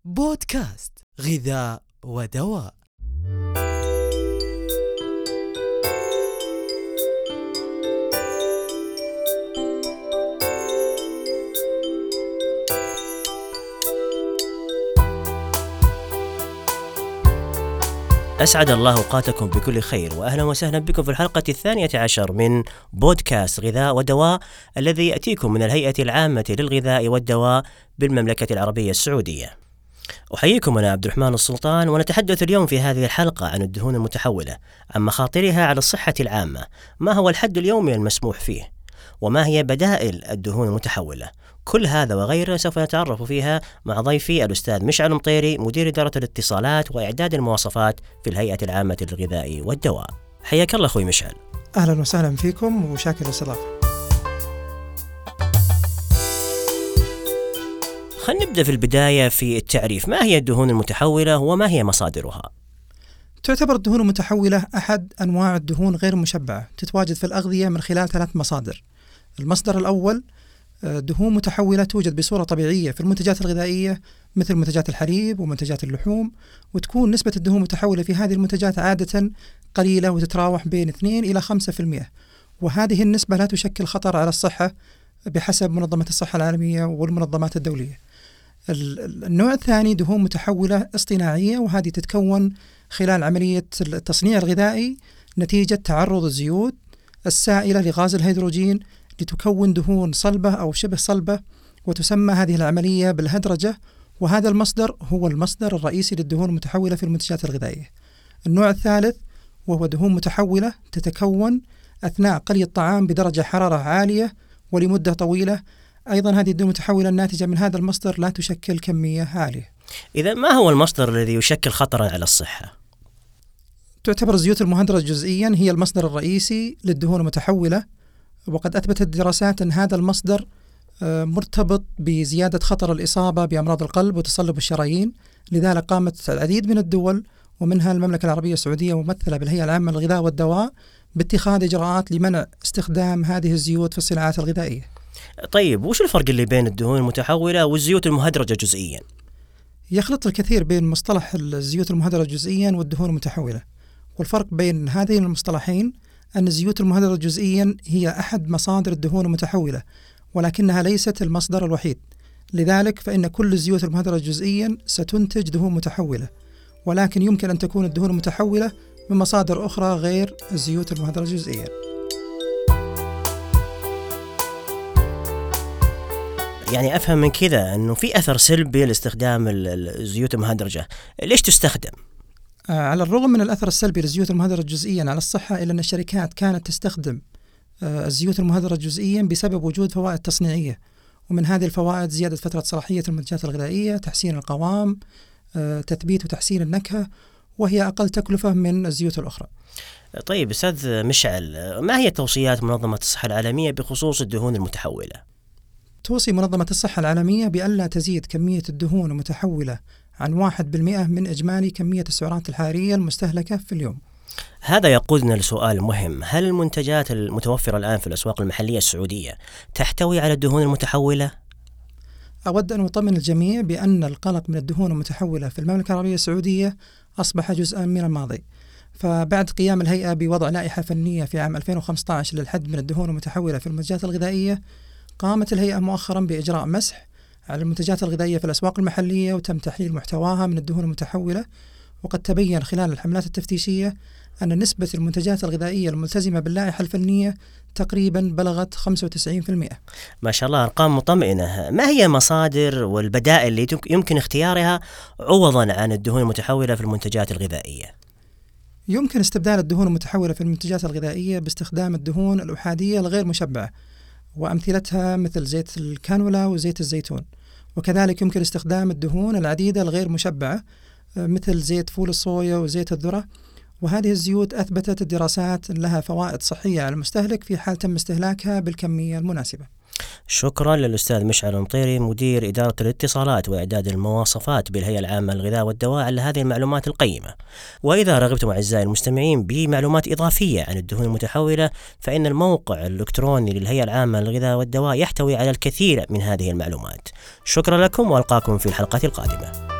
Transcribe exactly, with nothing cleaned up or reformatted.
بودكاست غذاء ودواء. أسعد الله أوقاتكم بكل خير، وأهلا وسهلا بكم في الحلقة الثانية عشر من بودكاست غذاء ودواء الذي يأتيكم من الهيئة العامة للغذاء والدواء بالمملكة العربية السعودية. أحييكم أنا عبد الرحمن السلطان، ونتحدث اليوم في هذه الحلقة عن الدهون المتحولة، عن مخاطرها على الصحة العامة، ما هو الحد اليومي المسموح فيه، وما هي بدائل الدهون المتحولة. كل هذا وغيره سوف نتعرف فيها مع ضيفي الأستاذ مشعل مطيري، مدير إدارة الاتصالات وإعداد المواصفات في الهيئة العامة للغذاء والدواء. حياك الله أخوي مشعل. أهلا وسهلا فيكم وشاكر الاستضافة. خلينا نبدأ في البداية في التعريف، ما هي الدهون المتحولة وما هي مصادرها؟ تعتبر الدهون المتحولة أحد أنواع الدهون غير المشبعة، تتواجد في الأغذية من خلال ثلاث مصادر. المصدر الأول دهون متحولة توجد بصورة طبيعية في المنتجات الغذائية مثل منتجات الحليب ومنتجات اللحوم، وتكون نسبة الدهون المتحولة في هذه المنتجات عادة قليلة وتتراوح بين اثنين إلى خمسة بالمئة، وهذه النسبة لا تشكل خطر على الصحة بحسب منظمة الصحة العالمية والمنظمات الدولية. النوع الثاني دهون متحولة اصطناعية، وهذه تتكون خلال عملية التصنيع الغذائي نتيجة تعرض الزيوت السائلة لغاز الهيدروجين لتكون دهون صلبة أو شبه صلبة، وتسمى هذه العملية بالهدرجة، وهذا المصدر هو المصدر الرئيسي للدهون المتحولة في المنتجات الغذائية. النوع الثالث وهو دهون متحولة تتكون أثناء قلي الطعام بدرجة حرارة عالية ولمدة طويلة، أيضا هذه الدهون المتحولة الناتجة من هذا المصدر لا تشكل كمية عالية. إذا ما هو المصدر الذي يشكل خطرا على الصحة؟ تعتبر الزيوت المهدرجة جزئيا هي المصدر الرئيسي للدهون المتحولة، وقد أثبتت الدراسات أن هذا المصدر مرتبط بزيادة خطر الإصابة بأمراض القلب وتصلب الشرايين. لذلك قامت العديد من الدول ومنها المملكة العربية السعودية ممثلة بالهيئة العامة للغذاء والدواء باتخاذ إجراءات لمنع استخدام هذه الزيوت في الصناعات الغذائية. طيب وش الفرق اللي بين الدهون المتحولة والزيوت المهدرجة جزئيا؟ يخلط الكثير بين مصطلح الزيوت المهدرجة جزئيا والدهون المتحولة، والفرق بين هذين المصطلحين أن الزيوت المهدرجة جزئيا هي أحد مصادر الدهون المتحولة، ولكنها ليست المصدر الوحيد. لذلك فإن كل الزيوت المهدرجة جزئيا ستنتج دهون متحولة، ولكن يمكن أن تكون الدهون المتحولة من مصادر أخرى غير الزيوت المهدرجة جزئيا. يعني أفهم من كذا أنه في أثر سلبي لاستخدام الزيوت المهدرجة، ليش تستخدم؟ على الرغم من الأثر السلبي للزيوت المهدرجة جزئيا على الصحة، إلا أن الشركات كانت تستخدم الزيوت المهدرجة جزئيا بسبب وجود فوائد تصنيعية، ومن هذه الفوائد زيادة فترة صلاحية المنتجات الغذائية، تحسين القوام، تثبيت وتحسين النكهة، وهي أقل تكلفة من الزيوت الأخرى. طيب أستاذ مشعل، ما هي توصيات منظمة الصحة العالمية بخصوص الدهون المتحولة؟ توصي منظمة الصحة العالمية بألا تزيد كمية الدهون المتحولة عن واحد بالمئة من إجمالي كمية السعرات الحرارية المستهلكة في اليوم. هذا يقودنا لسؤال مهم، هل المنتجات المتوفرة الآن في الأسواق المحلية السعودية تحتوي على الدهون المتحولة؟ أود أن أطمن الجميع بأن القلق من الدهون المتحولة في المملكة العربية السعودية أصبح جزءا من الماضي. فبعد قيام الهيئة بوضع لائحة فنية في عام ألفين وخمسة عشر للحد من الدهون المتحولة في المنتجات الغذائية، قامت الهيئة مؤخرا بإجراء مسح على المنتجات الغذائية في الأسواق المحلية، وتم تحليل محتواها من الدهون المتحولة. وقد تبين خلال الحملات التفتيشية أن نسبة المنتجات الغذائية الملتزمة باللائحة الفنية تقريبا بلغت خمسة وتسعين بالمئة. ما شاء الله، أرقام مطمئنة. ما هي مصادر والبدائل اللي يمكن اختيارها عوضا عن الدهون المتحولة في المنتجات الغذائية؟ يمكن استبدال الدهون المتحولة في المنتجات الغذائية باستخدام الدهون الأحادية الغير مشبعة، وأمثلتها مثل زيت الكانولا وزيت الزيتون. وكذلك يمكن استخدام الدهون العديدة الغير مشبعة مثل زيت فول الصويا وزيت الذرة، وهذه الزيوت أثبتت الدراسات لها فوائد صحية على المستهلك في حال تم استهلاكها بالكمية المناسبة. شكرا للأستاذ مشعل مطيري، مدير إدارة الاتصالات وإعداد المواصفات بالهيئة العامة للغذاء والدواء، على هذه المعلومات القيمة. وإذا رغبتم أعزائي المستمعين بمعلومات إضافية عن الدهون المتحولة، فإن الموقع الإلكتروني للهيئة العامة للغذاء والدواء يحتوي على الكثير من هذه المعلومات. شكرا لكم، وألقاكم في الحلقة القادمة.